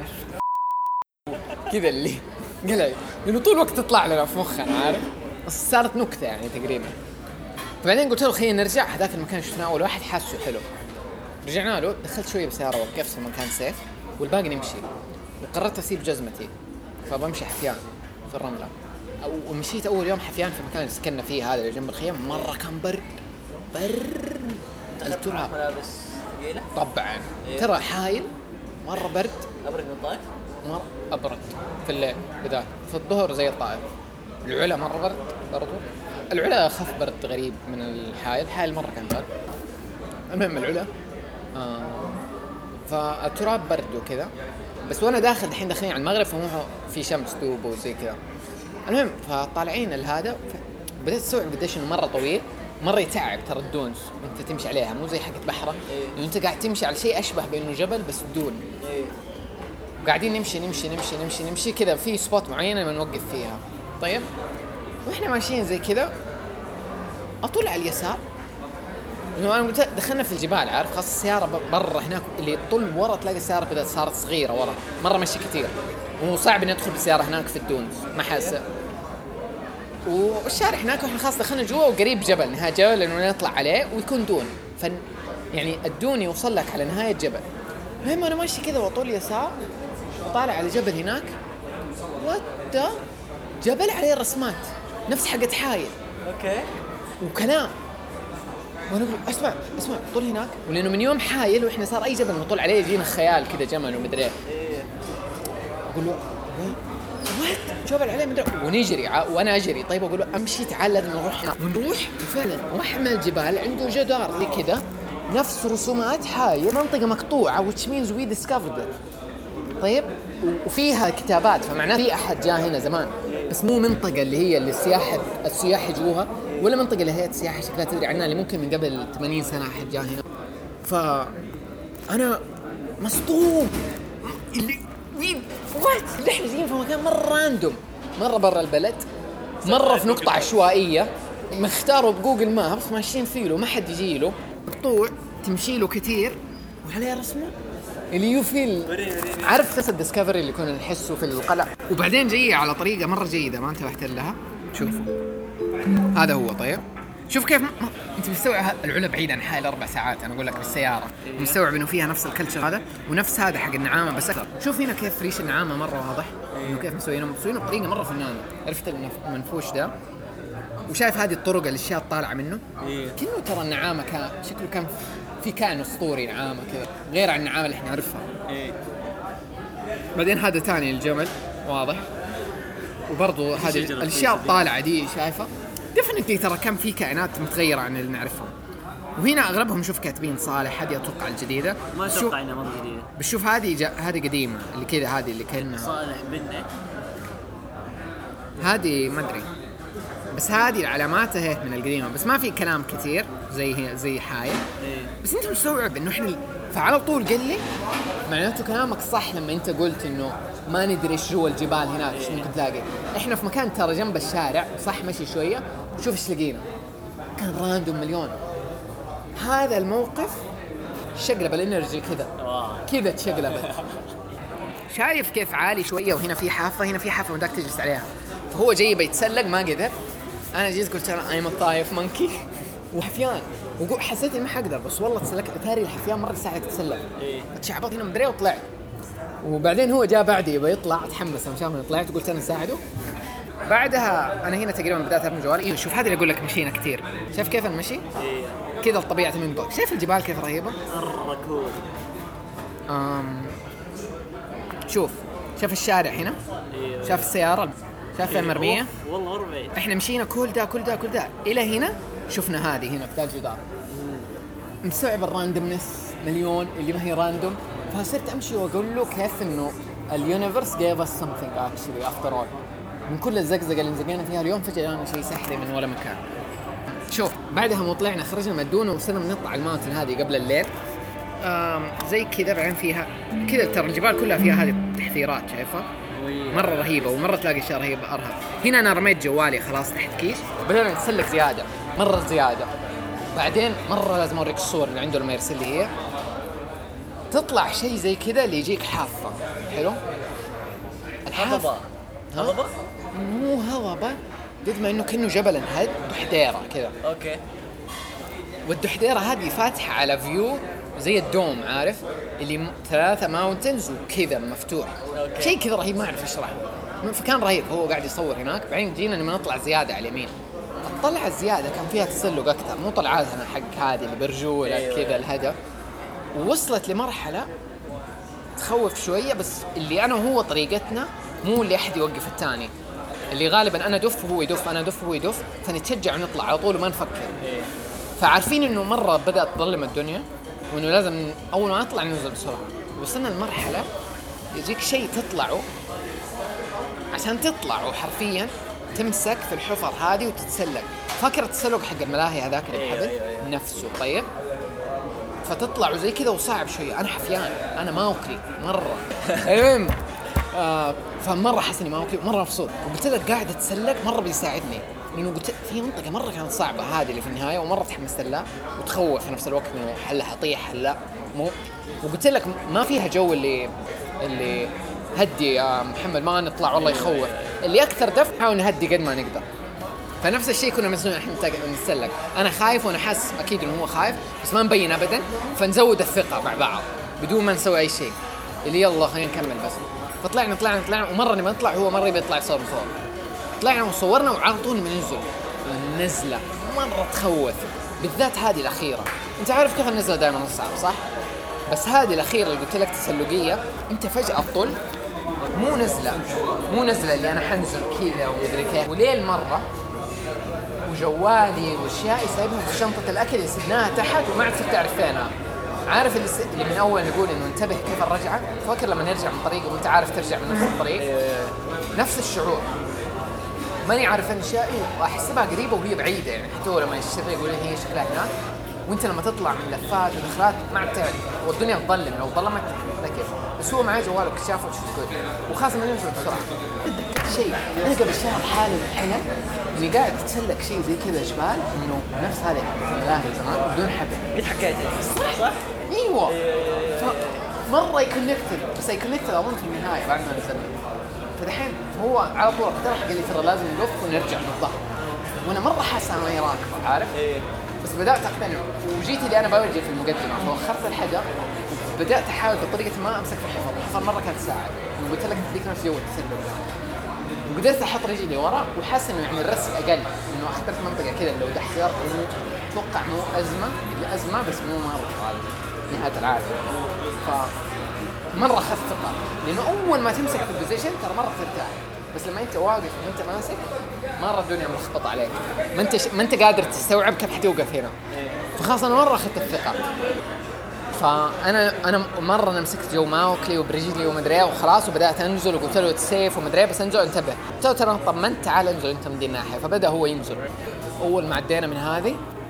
كذا اللي قلعي، لانه طول الوقت تطلع لنا في مخنا عارف، بس صارت نكته يعني تقريبا. فبعدين قلت له خلينا نرجع، هذاك المكان شفناه اول واحد حاسه حلو، رجعنا له، دخلت شويه بسياره وقفت في مكان سيف والباقي نمشي، وقررت اسيب جزمتي فبمشي حفيان في الرمله. ومشيت اول يوم حفيان في المكان اللي سكننا فيه هذا اللي جنب الخيام، مره كان برد برد التراب ملابس ثقيله طبعا. إيه؟ ترى حايل مره برد، ابرد من الطائف، مره ابرد في الليل بذاك، في الظهر زي الطائف. العلا مره برد برضو، العلا خف برد غريب من الحايل، الحايل مره كان برد. المهم العلا آه فالتراب برد وكذا، بس وانا داخل الحين داخلين على المغرب فمو في شمس دوب وزي كذا. المهم فطالعين لهذا، بدأت استوعب قديش انه مره طويل، مره يتعب ترى الدونز انت تمشي عليها، مو زي حقت بحره إيه؟ انت قاعد تمشي على شيء اشبه بانه جبل بس دون. إيه؟ قاعدين نمشي نمشي نمشي نمشي نمشي كذا في سبوت معينه لما نوقف فيها. طيب واحنا ماشيين زي كذا اطول على اليسار، انه انا قلت دخلنا في الجبال عارف، خاصه السياره برا هناك اللي طول ورا تلاقي السياره بدات صارت صغيره ورا، مره مشي كثير وصعب اني ادخل بالسياره هناك في الدونز ما حاسه. والشارع هناك واحنا خلاص دخلنا جوا وقريب جبل، نهاية جبل انه نطلع عليه ويكون دون، ف يعني الدون يوصل لك على نهاية جبل. المهم انا ماشي كذا واطول يسار وطالع على جبل هناك، وات جبل عليه رسمات نفس حقت حايل اوكي وكلام، وانا اقول اسمع اسمع طول هناك، ولانه من يوم حايل واحنا صار اي جبل نطول عليه يجينا خيال كذا جمل ومدري ايه. اقول له وات جبل عليه مدري، ونجري وانا اجري. طيب اقول له امشي تعال لازم نروح هنا ونروح. وفعلا رحنا الجبال عنده جدار زي كذا نفس رسومات حايل، منطقه مقطوعه which means we discovered it. طيب وفيها كتابات، فمعناه في احد جاء هنا زمان، بس مو منطقه اللي هي اللي السياح السياح يجوها، ولا منطقه اللي هي السياح شكلها تدري عنها اللي ممكن من قبل ثمانين سنه احد جاء هنا. فانا مصدوم اللي وين وات اللي احنا جايين في مكان مره راندوم، مره برا البلد، مره في نقطه عشوائيه مختاره بجوجل مابس، ماشيين فيه له ما حد يجي له، مقطوع تمشي له كثير وعليه رسمه اللي يفيل عارف قصة ديسكفري اللي كنا نحسه في القلعة. وبعدين جاية على طريقة مرة جيدة ما انتبهت لها، شوفوا هذا هو. طيب شوف كيف م... انت مستوعب العلا بعيد عن حائل اربع ساعات، انا اقول لك بالسيارة مستوعب انه فيها نفس الكلتشر هذا ونفس هذا حق النعامة بس اكثر. شوف هنا كيف ريش النعامة مرة واضح انه كيف مسوينه مسوينه بطريقة مرة فنانة، عرفت المنفوش ده، وشايف هذه الطرق اللي الاشياء طالعة منه كأنه ترى النعامة كان شكله كان في كائن اسطوري نعامة كذا غير عن النعامة اللي احنا نعرفها. إيه؟ بعدين هذا تاني الجمل واضح، وبرضو هذه الاشياء الطالعة دي شايفة ديفنتلي ترى كم في كائنات متغيرة عن اللي نعرفها. وهنا اغلبهم شوف كاتبين صالح، هذه اتوقع الجديدة، ما اتوقع انها مرة جديدة، بشوف هذه جا... هذه قديمة اللي كذا، هذه اللي كأنها صالح بنة، هذه ما ادري، بس هذه علاماتها هي من القديمة، بس ما في كلام كثير زي زي حايل. إيه؟ بس انت مستوعب انه احنا فعلى طول قال لي معناته كلامك صح لما انت قلت انه ما ندري ايش جوا الجبال هناك ايش ممكن تلاقي. احنا في مكان ترى جنب الشارع صح مشي شويه شوف ايش لقينا، كان راندوم مليون. هذا الموقف شقلب الانرجي كذا كذا تشقلبت. شايف كيف عالي شويه وهنا في حافه، هنا في حافه وداك تجلس عليها، فهو جاي بيتسلق ما قدر، انا جيت قلت انا ايم الطايف مونكي وحفيان، وقول حسيت اني ما حقدر، بس والله تسلقت اتاري الحفيان مره ساعه تتسلق. إيه؟ تشعبط هنا مدري وطلعت، وبعدين هو جاء بعدي يبغى يطلع تحمس لما شافني طلعت وقلت انا اساعده. بعدها انا هنا تقريبا بدات ارمي جوالي. إيه شوف هذا اللي اقول لك مشينا كثير، شايف كيف المشي إيه؟ كذا الطبيعه من بوك، شايف الجبال كيف رهيبه. الركود امم شوف شايف الشارع هنا، إيه؟ شاف السياره شايف المرميه، والله مره بعيد. احنا مشينا كل ده كل ده كل ده الى هنا شفنا هذه هنا في الجدار. مستوعب الراندومنس مليون اللي ما هي راندوم. فصرت امشي واقول له كيف انه اليونيفرس gave us something actually after all. من كل الزقزقه اللي نزقنا فيها اليوم فجاه لنا شيء سحري من ولا مكان. شوف بعدها ما طلعنا خرجنا من الدون وصرنا نطلع الماونتن هذه قبل الليل زي كذا، بعدين فيها كذا ترى الجبال كلها فيها هذه التحذيرات شايفها مرة رهيبة ومرة تلاقي أشياء رهيبة أرهب. هنا أنا رميت جوالي خلاص تحت كيس، بدأنا نتسلق زيادة مرة زيادة. بعدين مرة لازم أوريك الصور اللي عنده لما يرسل لي هي، تطلع شيء زي كذا اللي يجيك حافة. حلو. هضبة هضبة مو هضبة قد ما إنه كأنه جبل انهد، دحديرة كذا. أوكي. والدحديرة هذه فاتحة على فيو زي الدوم، عارف اللي م... ثلاثة ماونتنز وكذا مفتوح. شيء كذا رهيب ما أعرف أشرحه، فكان رهيب. هو قاعد يصور هناك. بعدين جينا لما نطلع زيادة على اليمين، الطلعة الزيادة كان فيها تسلق أكثر، مو طلعاتنا حق هذه اللي برجولة أيوة. كذا الهدف. ووصلت لمرحلة تخوف شوية، بس اللي أنا وهو طريقتنا مو اللي أحد يوقف الثاني، اللي غالبا أنا دف وهو يدف، أنا دف وهو يدف، فنتشجع ونطلع على طول وما نفكر. فعارفين إنه مرة بدأت تظلم الدنيا وإنه لازم أول ما نطلع ننزل بسرعة. وصلنا المرحلة يجيك شيء تطلعه، عشان تطلعه حرفيا تمسك في الحفر هذه وتتسلق. فاكر التسلق حق الملاهي هذاك اللي بحبل نفسه؟ طيب فتطلعوا زي كذا وصعب شوية. أنا حفيان، أنا ما أوكلي مرة. المهم آه فمرة حسني ما أوكلي، مرة مبسوط. وقلت لك قاعد أتسلق مرة بيساعدني، لأنه قلت في منطقة مرة كانت صعبة هذه اللي في النهاية، ومرة تحمست لها وتخوف في نفس الوقت إنه هل حطيح هل لا مو. وقلت لك ما فيها جو اللي اللي هدي يا محمد ما نطلع والله يخوف، اللي أكثر دفع نحاول نهدي قد ما نقدر. فنفس الشيء كنا مسوين الحين نتسلق، أنا خايف وأنا حاسس أكيد إنه هو خايف، بس ما نبين أبدا، فنزود الثقة مع بعض بدون ما نسوي أي شيء، اللي يلا خلينا نكمل بس. فطلعنا طلعنا طلعنا ومرة نبي نطلع هو مرة يبي يطلع يصور فوق. طلعنا وصورنا وعلى طول بننزل. النزلة مرة تخوف، بالذات هذه الأخيرة. أنت عارف كيف النزلة دائما صعب صح؟ بس هذه الأخيرة اللي قلت لك تسلقية، أنت فجأة تطل، مو نزلة مو نزلة اللي أنا حنزل كذا ومدري كيف وليل مرة، وجوالي واشيائي سايبهم في شنطه الاكل اللي سبناها تحت وما عاد صرت اعرف فينها. عارف اللي, س... اللي من اول نقول انه انتبه كيف الرجعه، فاكر لما نرجع من طريق وانت عارف ترجع من نفس الطريق؟ نفس الشعور، ماني عارف ان اشيائي واحسبها قريبه وهي بعيده. يعني حتى هو لما يشتغل يقول لي هي شكلها هناك، وانت لما تطلع من لفات ودخلات ما عاد تعرف، والدنيا تظلم لو ظلمت كيف. بس هو معاه جواله وكشافه وش تقول، وخاصه من ينزل بسرعه. شيء انا قبل شهر حالي الحين اني قاعد اتسلق شيء زي كذا جبال، انه نفس هذه الملاهي زمان بدون حبل. قد حكيت صح صح ايوه مره يكونكتد، بس يكونكتد اظن في النهايه بعد ما نزلنا. فدحين هو على طول اقترح قال لي ترى لازم نلف ونرجع من الظهر، وانا مره حاسه انه هي راكبه عارف. بس بدات اقتنع وجيت اللي انا بوجه في المقدمه، فوخرت الحجر وبدات احاول بطريقه ما امسك في الحفر. الحفر مره كانت تساعد، وقلت لك تديك نفس جو التسلق، وقدرت احط رجلي ورا وحاسس انه يعني الرسم اقل، انه اخترت منطقه كذا لو دحرت اتوقع مو ازمه اللي ازمه بس مو مره نهايه العالم. ف مره اخذت ثقه، لانه اول ما تمسك في البوزيشن ترى مره ترتاح، بس لما انت واقف وانت ماسك مره الدنيا ملخبطه عليك، ما انت ش... ما انت قادر تستوعب كيف حتوقف هنا. فخلاص انا مره اخذت الثقه. فانا انا مره انا مسكت جو ماوكلي وبرجلي ومدري وخلاص، وبدات انزل وقلت له تسيف ومدري بس انزل انتبه. قلت له ترى طمنت تعال انزل انت من دي الناحيه. فبدا هو ينزل. اول ما عدينا من هذه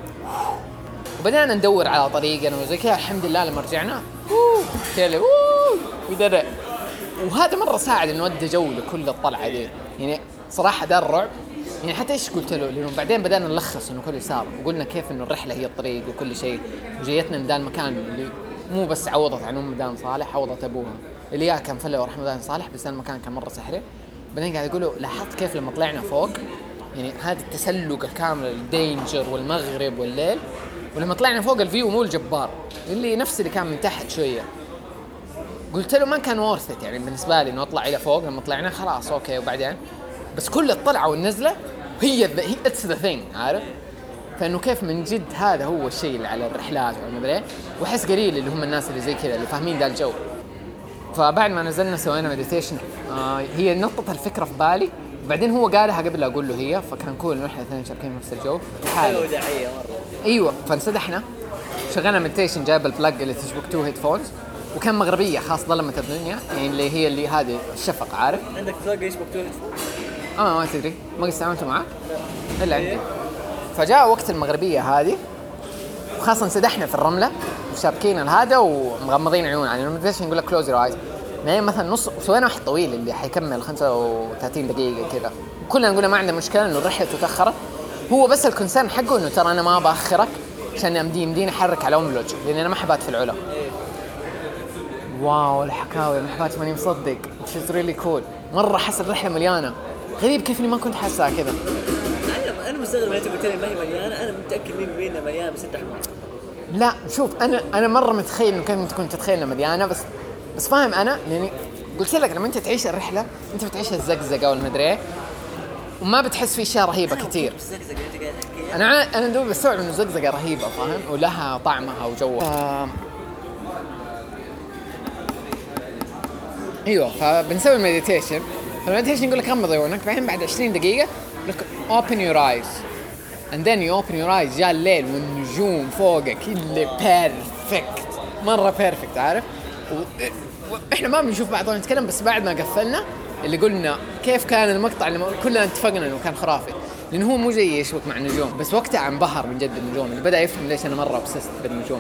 وبدأنا ندور على طريقنا وزي كذا، الحمد لله لما رجعنا اوه كله اوه ودرع. وهذا مره ساعد انه ودى جو لكل الطلعه دي. يعني صراحه دار الرعب. يعني حتى ايش قلت له، لانه بعدين بدأنا نلخص انه كل صار، وقلنا كيف انه الرحله هي الطريق وكل شيء، وجيتنا من ذا المكان اللي مو بس عوضت عن ام مدان صالح، عوضت ابوها اللي يا كان فله ورحمه مدان صالح، بس المكان كان مره سحري. بعدين قاعد يقول له لاحظت كيف لما طلعنا فوق، يعني هذا التسلق الكامل الدينجر والمغرب والليل، ولما طلعنا فوق الفيو مو الجبار اللي نفس اللي كان من تحت شويه. قلت له ما كان وورثت يعني بالنسبه لي انه اطلع الى فوق. لما طلعنا خلاص اوكي، وبعدين بس كل الطلعه والنزله هي هي اتس ذا ثينج عارف. فانه كيف من جد هذا هو الشيء اللي على الرحلات والمدري، واحس قليل اللي هم الناس اللي زي كذا اللي فاهمين ذا الجو. فبعد ما نزلنا سوينا مديتيشن. آه هي نطت الفكره في بالي، وبعدين هو قالها قبل لا اقول له هي، فكان كول انه احنا اثنين شاركين نفس الجو حلو دعيه مره. ايوه فانسدحنا شغلنا مديتيشن، جاب البلاج اللي تشبك تو هيدفونز، وكان مغربيه خاص ظلمت الدنيا، يعني اللي هي اللي هذه الشفق عارف. عندك بلاج يشبك تو هيدفونز؟ اه ما تدري ما استعملته معك الا عندي. فجاء وقت المغربيه هذه، وخاصه انسدحنا في الرمله وشابكين هذا ومغمضين عيون، يعني المديتيشن يقول لك كلوز يور ايز، يعني مثلا نص سوينا واحد طويل اللي حيكمل خمسة وثلاثين دقيقة كذا، كلنا نقول ما عندنا مشكلة إنه الرحلة تتأخر، هو بس الكونسيرن حقه إنه ترى أنا ما بأخرك عشان أمدي يمديني أحرك على أم لوج لأن أنا ما حبات في العلا. واو الحكاوي ما حبات ماني مصدق. It's really cool. مرة حس الرحلة مليانة، غريب كيف إني ما كنت حاسة كذا. أنا أنا مستغرب أنت قلت لي ما هي مليانة، أنا متأكد مين بيننا مليانة بس أنت حمار. لا شوف أنا أنا مرة متخيل إنه كنت كنت تتخيل إنه مليانة، بس بس فاهم أنا لأني قلت لك لما أنت تعيش الرحلة أنت بتعيش الزقزقة والمدري وما بتحس في أشياء رهيبة كتير. أنا أنا دوب بستوعب إنه زقزقة رهيبة فاهم ولها طعمها وجوها. آه أيوة فبنسوي مديتيشن. فالمديتيشن يقول لك غمض عيونك بعدين بعد عشرين دقيقة لك open your eyes and then you open your eyes. جاء الليل والنجوم فوقك اللي بيرفكت مرة بيرفكت عارف. وإحنا ما بنشوف بعض ونتكلم بس بعد ما قفلنا اللي قلنا كيف كان المقطع اللي كلنا اتفقنا إنه كان خرافي لأنه هو مو زي يشبك مع النجوم بس وقتها انبهر من جد النجوم اللي بدأ يفهم ليش أنا مرة obsessed بالنجوم.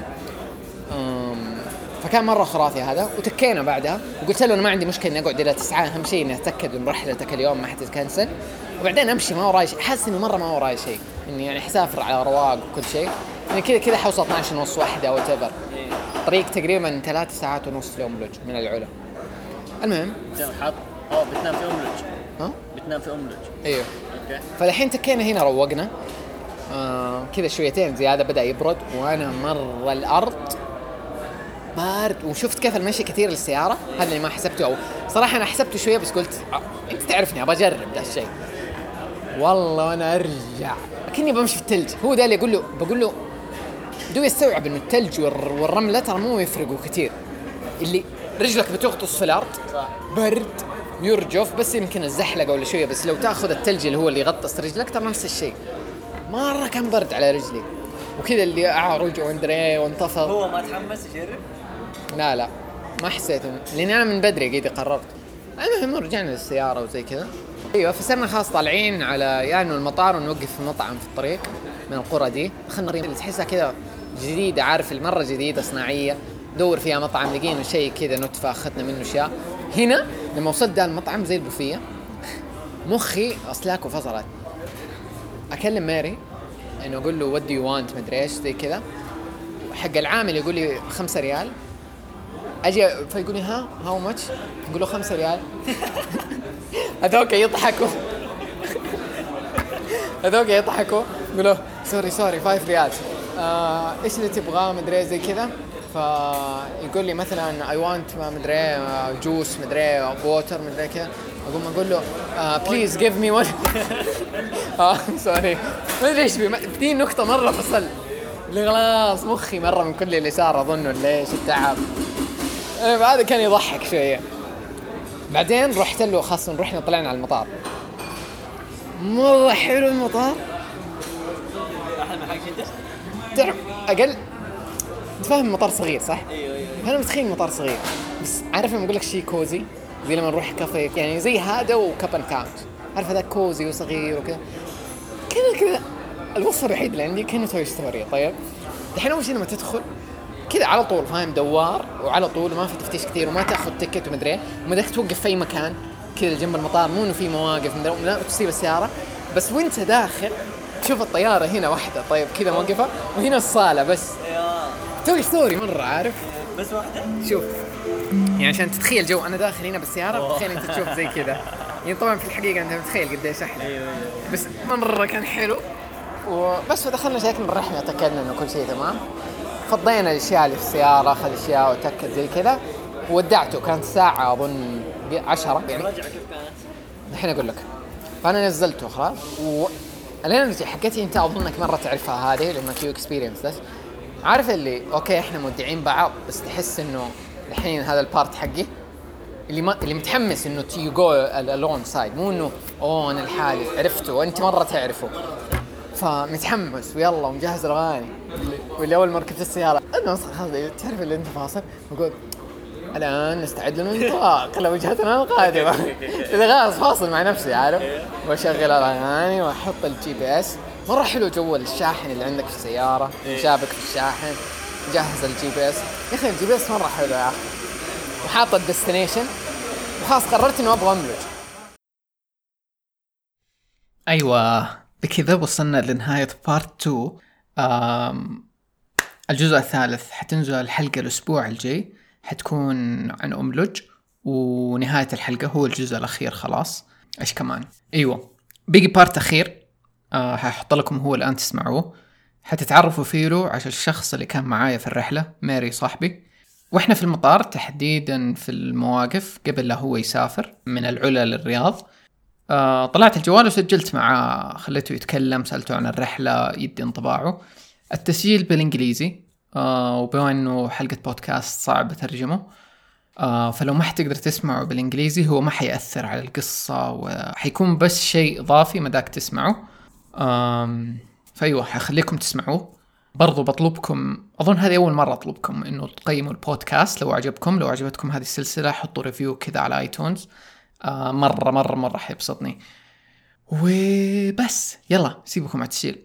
فكان مرة خرافي هذا. وتكينا بعدها وقلت له أنا ما عندي مشكلة إني أقعد إلى تسعة أهم شيء إني أتأكد إن رحلتك اليوم ما حتتكنسل وبعدين أمشي ما وراي شيء. حاسس إني مرة ما وراي شيء إني يعني حسافر على رواق وكل شيء يعني كذا كذا حوصل اثنا عشر ونص واحدة أو تبر طريق تقريبا ثلاث ساعات ونص لأم لوج من العلا. المهم حاط أو بتنام في أم لوج. ها بتنام في أم لوج. أيوه. أوكي. فالحين تكينا هنا روقنا آه كذا شويتين زيادة بدأ يبرد وأنا مرة الأرض بارد. وشفت كيف المشي كثير للسيارة هذا اللي ما حسبته أو صراحة أنا حسبته شوية بس قلت آه أنت تعرفني أبغى أجرب ده الشيء. والله وأنا أرجع كني بمشي في الثلج. هو ده اللي يقول له بقول له دو يستوعب إنه الثلج والرملة ترى مو يفرقوا كثير. اللي رجلك بتغطس في الأرض برد يرجف بس يمكن الزحلقة ولا شوية بس لو تأخذ الثلج اللي هو اللي يغطس رجلك ترى نفس الشيء. مرة كان برد على رجلي وكذا اللي أعرج واندري وانتفض. هو ما تحمس يجرب؟ لا لا ما حسيت لأني أنا من بدري قيد قررت. المهم رجعنا للسيارة وزي كذا. أيوة فصرنا خلاص طالعين على يعني المطار ونوقف في مطعم في الطريق من القرى دي. خلنا نريد تحسها كذا جديدة عارف المرة جديدة صناعية دور فيها مطعم لقينا شيء كذا نتفة أخذنا منه أشياء. هنا لما وصلت ده المطعم زي البوفية مخي أصلاك وفصلت. أكلم ماري إنه أقول له what do you want مدري إيش زي كذا حق العامل يقول لي خمسة ريال. أجي فيقول لي ها how much نقول له خمسة ريال. هذوك يضحكوا هذوك يضحكوا يقول له سوري سوري فايف ريال آه إيش اللي تبغاه مدري زي كذا. فيقول لي مثلا I want ما مدري جوس مدري ووتر مدري كذا. أقوم أقول له uh, please give me one. آه سوري ما أدري إيش بدي نقطة مرة فصل اللي خلاص مخي مرة من كل اللي صار أظنه ليش التعب. هذا كان يضحك شوية. بعدين رحت له خاصة رحنا طلعنا على المطار مرة حلو المطار. تعرف أقل تفهم مطار صغير صح؟ ايوه ايوه انا متخيل مطار صغير بس عارف لما اقول لك شيء كوزي زي لما نروح كافيه يعني زي هذا وكابن كاونت عارف هذا كوزي وصغير وكذا كذا كذا. الوصف الوحيد اللي عندي كانه توي ستوري. طيب الحين اول شيء لما تدخل كذا على طول فاهم دوار وعلى طول وما في تفتيش كثير وما تاخذ تيكت ومدري وما بدك توقف في اي مكان كذا جنب المطار مو انه في مواقف مدري لا تسيب السياره بس وانت داخل تشوف الطياره هنا واحدة طيب كذا موقفه وهنا الصاله بس توي ستوري مرة عارف بس واحدة. شوف يعني عشان تتخيل جو أنا داخل هنا بالسيارة تخيل أنت تشوف زي كذا يعني طبعا في الحقيقة أنت متخيل قديش أحلى بس مرة كان حلو وبس. ودخلنا شكل الرحلة تأكدنا إنه كل شيء تمام. فضينا الأشياء اللي في السيارة أخذ أشياء وتأكد زي كذا ودعته. كانت ساعة أظن عشرة يعني. الرجعة كيف كانت؟ الحين أقول لك. فأنا نزلته خلاص والأنرجي حقتي أنت أظنك مرة تعرفها هذه لما كيو إكسبيرينس بس عارف اللي أوكي إحنا مودعين بعض بس تحس إنه الحين هذا البارت حقي اللي ما اللي متحمس إنه تي جو الالون سايد مو إنه أوه أنا الحالي عرفته وأنت مرة تعرفه فمتحمس ويلا ومجهز الأغاني. واللي أول ما ركبت السيارة أنا خلاص تعرف اللي أنت فاصل وقول الآن نستعد للانطلاق لوجهتنا القادمة. إذا خلاص فاصل مع نفسي عارف وأشغل الأغاني وأحط الجي بي إس. مرة حلو جو الشاحن اللي عندك في السيارة شابك في الشاحن جهز الجي بي إس. يا أخي الجي بي إس مرة حلو يا أخي وحاطة الديستنيشن وخلاص قررت إنه أبغى أملج. أيوة بكذا وصلنا لنهاية بارت تو. الجزء الثالث حتنزل الحلقة الأسبوع الجاي، حتكون عن أملج، ونهاية الحلقة هو الجزء الأخير خلاص. إيش كمان؟ أيوة بيجي بارت أخير أه هحط لكم هو الآن تسمعوه، حتتعرفوا فيه له عشان الشخص اللي كان معايا في الرحلة ماري صاحبي. وإحنا في المطار تحديدا في المواقف قبل لا هو يسافر من العلا للرياض، أه طلعت الجوال وسجلت معاه، خليته يتكلم، سألته عن الرحلة يدي انطباعه. التسجيل بالإنجليزي أه وبما أنه حلقة بودكاست صعب ترجمه، آه فلو ما حتقدر تسمعه بالإنجليزي هو ما حيأثر على القصة، وحيكون بس شيء إضافي مداك تسمعه. آم فأيوة حخليكم تسمعوه. برضو بطلبكم، أظن هذه أول مرة أطلبكم إنه تقيموا البودكاست لو عجبكم. لو عجبتكم هذه السلسلة حطوا ريفيو كذا على آيتونز، آه مرة مرة مرة حيبسطني. وبس يلا سيبكم على التسجيل.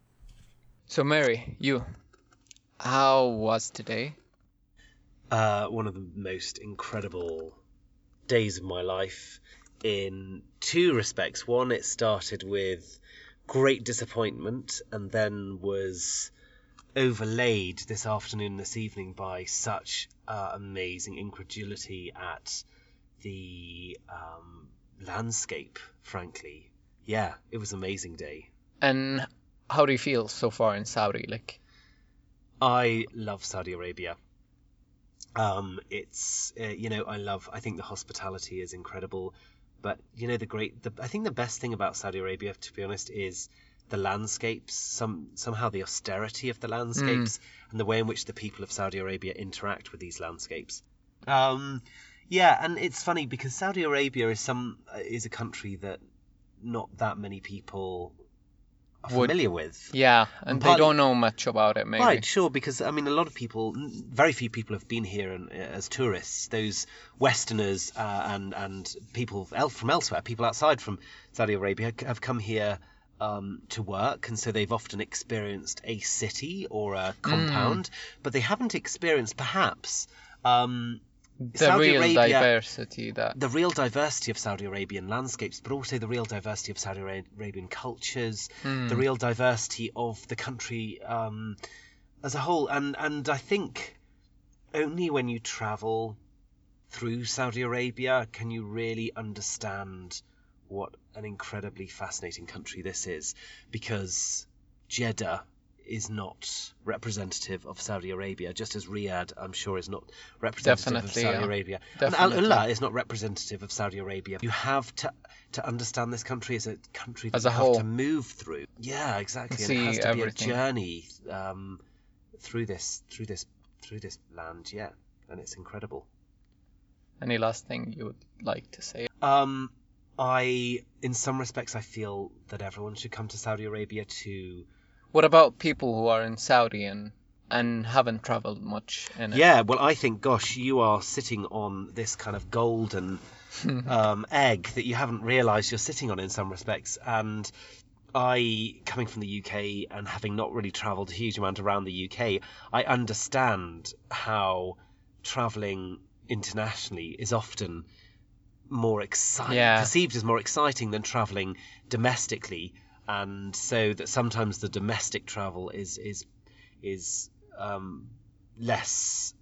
So Mary, you, how was today? Uh, one of the most incredible days of my life in two respects. One, it started with great disappointment and then was overlaid this afternoon, this evening by such uh, amazing incredulity at the um, landscape, frankly. Yeah, it was an amazing day. And how do you feel so far in Saudi? Like, I love Saudi Arabia. Um, it's, uh, you know, I love, I think the hospitality is incredible, but, you know, the great, the, I think the best thing about Saudi Arabia, to be honest, is the landscapes, some, somehow the austerity of the landscapes mm. and the way in which the people of Saudi Arabia interact with these landscapes. Um, yeah, and it's funny because Saudi Arabia is some, is a country that not that many people are familiar Would, with. Yeah, and, and partly, they don't know much about it, maybe. Right, sure, because, I mean, a lot of people, very few people have been here and, uh, as tourists. Those Westerners uh, and, and people from elsewhere, people outside from Saudi Arabia have come here um, to work, and so they've often experienced a city or a compound, mm. but they haven't experienced, perhaps... Um, the Saudi real Arabia, diversity that the real diversity of Saudi Arabian landscapes, but also the real diversity of Saudi Arabian cultures, mm. the real diversity of the country um, as a whole. And and I think only when you travel through Saudi Arabia can you really understand what an incredibly fascinating country this is, because Jeddah is not representative of Saudi Arabia, just as Riyadh, I'm sure, is not representative Definitely, of Saudi yeah. Arabia. Definitely. And Al-Ula is not representative of Saudi Arabia. You have to to understand this country as a country that as you a have whole. to move through. Yeah, exactly. And See it has to everything. be a journey um, through this, through this, through this land. Yeah, and it's incredible. Any last thing you would like to say? Um, I, in some respects, I feel that everyone should come to Saudi Arabia to. What about people who are in Saudi and, and haven't traveled much in it? Yeah, well, I think, gosh, you are sitting on this kind of golden um, egg that you haven't realised you're sitting on in some respects. And I, coming from the U K and having not really travelled a huge amount around the U K, I understand how travelling internationally is often more exciting, yeah. perceived as more exciting than travelling domestically. And so that sometimes the domestic travel is is is um, less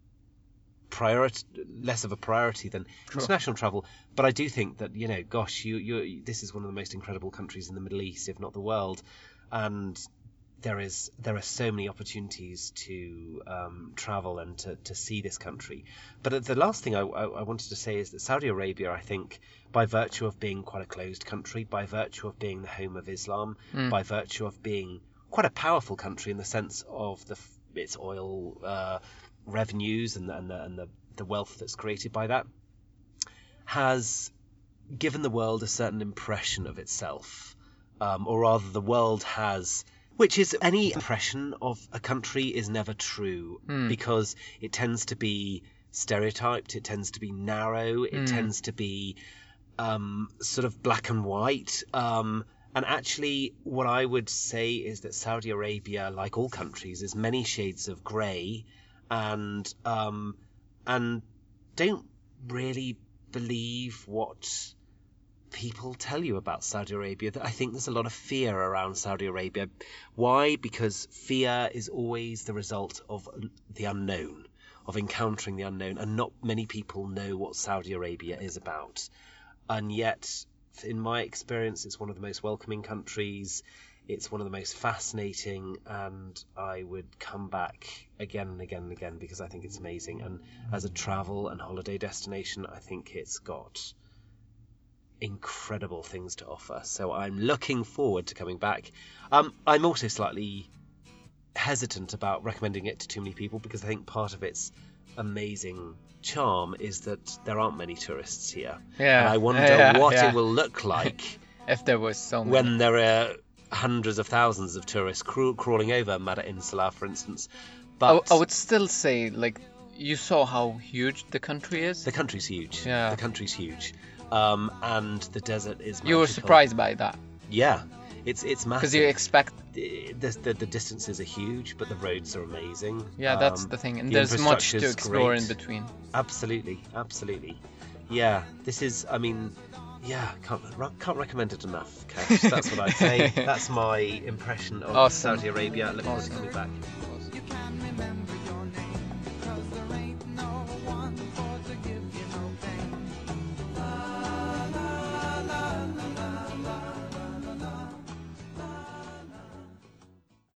priority, less of a priority than True. international travel. But I do think that, you know, gosh, you you this is one of the most incredible countries in the Middle East, if not the world, and there is there are so many opportunities to um, travel and to, to see this country. But the last thing I, I, I wanted to say is that Saudi Arabia, I think, by virtue of being quite a closed country, by virtue of being the home of Islam, mm. by virtue of being quite a powerful country in the sense of the its oil uh, revenues and the, and, the, and the, the wealth that's created by that, has given the world a certain impression of itself, um, or rather the world has... Which is, any impression of a country is never true, mm. because it tends to be stereotyped, it tends to be narrow, it mm. tends to be um, sort of black and white. Um, and actually, what I would say is that Saudi Arabia, like all countries, is many shades of grey, and um, and don't really believe what people tell you about Saudi Arabia. I think there's a lot of fear around Saudi Arabia. Why? Because fear is always the result of the unknown, of encountering the unknown, and not many people know what Saudi Arabia is about. And yet, in my experience, it's one of the most welcoming countries. It's one of the most fascinating, and I would come back again and again and again because I think it's amazing. And as a travel and holiday destination, I think it's got incredible things to offer. So I'm looking forward to coming back. Um, I'm also slightly hesitant about recommending it to too many people because I think part of its amazing charm is that there aren't many tourists here. Yeah. And I wonder yeah, what yeah. it will look like if there was so many. when there are hundreds of thousands of tourists craw- crawling over Mada Insula, for instance. But I, w- I would still say, like, you saw how huge the country is. the country's huge. Yeah. The country's huge. Um, and the desert is magical. You were surprised by that Yeah. It's it's massive. because you expect. the, the, the distances are huge, but the roads are amazing. Yeah, that's Um, the thing, and the there's much to infrastructure's explore great. in between. Absolutely, absolutely. Yeah, this is. I mean, yeah, can't re- can't recommend it enough. Cash. That's what I'd say. That's my impression of Awesome. Saudi Arabia. Look forward to Awesome. coming back.